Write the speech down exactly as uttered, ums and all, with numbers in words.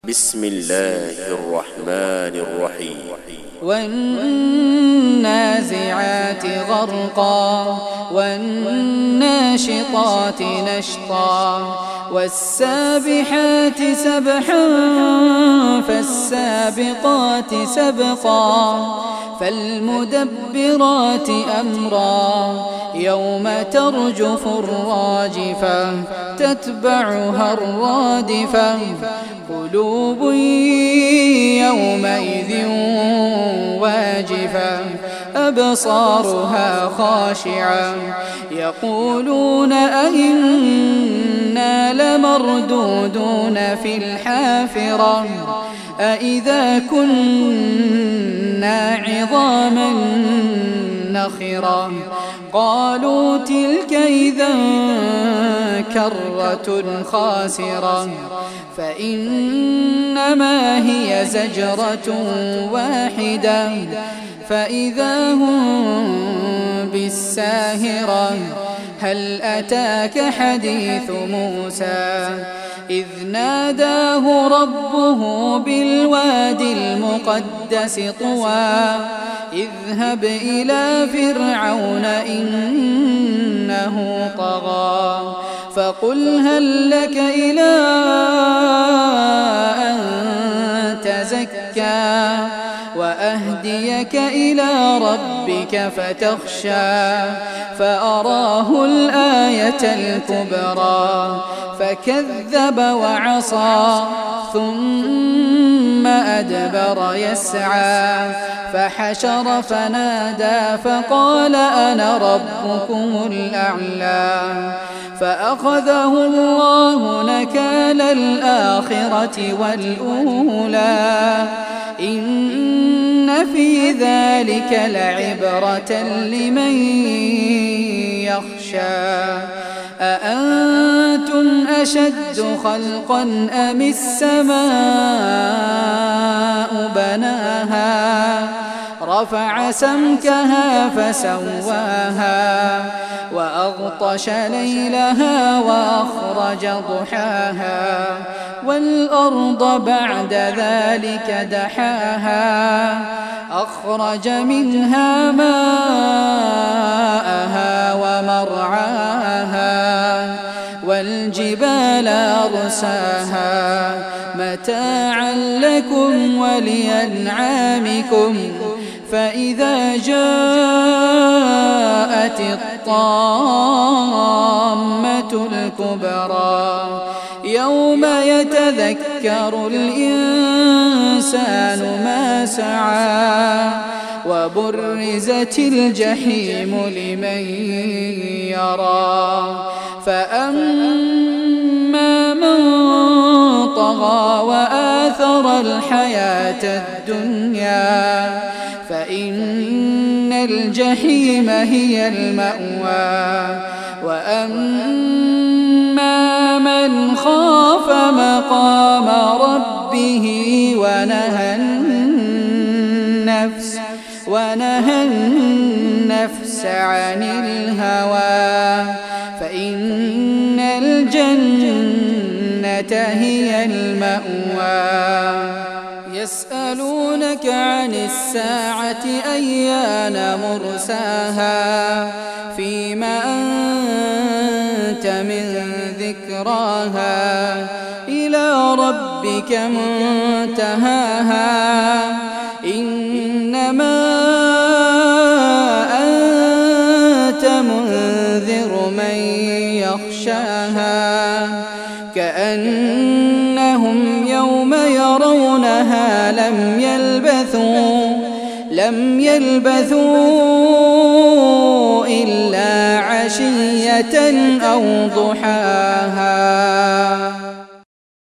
بسم الله الرحمن الرحيم والنازعات غرقا والناشطات نشطا والسابحات سبحا فالسابقات سبقا فالمدبرات أمرا يوم ترجف الراجفة تتبعها الرادفة قلوب يومئذ واجفة أبصارها خاشعة يقولون أئنا لمردودون في الحافرة أئذا كنا عظاما نخرة قالوا تلك إذا كرة خاسرة فإنما هي زجرة واحدة فإذا هم بالساهرة هل أتاك حديث موسى إذ ناداه ربه بالوادي المقدس طوى اذهب إلى فرعون إنه طغى فقل هل لك إلى أن تزكى وأهديك إلى ربك فتخشى فأراه الآية الكبرى فكذب وعصى ثم أدبر يسعى فحشر فنادى فقال أنا ربكم الأعلى فأخذه الله نكال الآخرة والأولى إن في ذلك لعبرة لمن يخشى أأنتم أشد خلقا أم السماء بناها رفع سمكها فسواها وأغطش ليلها وأخرج ضحاها والأرض بعد ذلك دحاها أخرج منها ماءها ومرعاها والجبال أرساها متاعا لكم ولأنعامكم فإذا جاءت الطامة الكبرى يوم يتذكر الإنسان ما سعى وبرزت الجحيم لمن يرى فأما من طغى وآثر الحياة الدنيا فإن الجحيم هي المأوى وأما من خاف مقام ربه ونهى النفس ونهى النفس عن الهوى فإن الجنة هي المأوى يسألونك عن الساعة أيان مرساها فيما أنت من ذكراها إلى ربك منتهاها إنما أنت منذر من يخشاها كأنهم يوم يرونها لم يلبثوا لم يلبثوا إلا عشية أو ضحاها.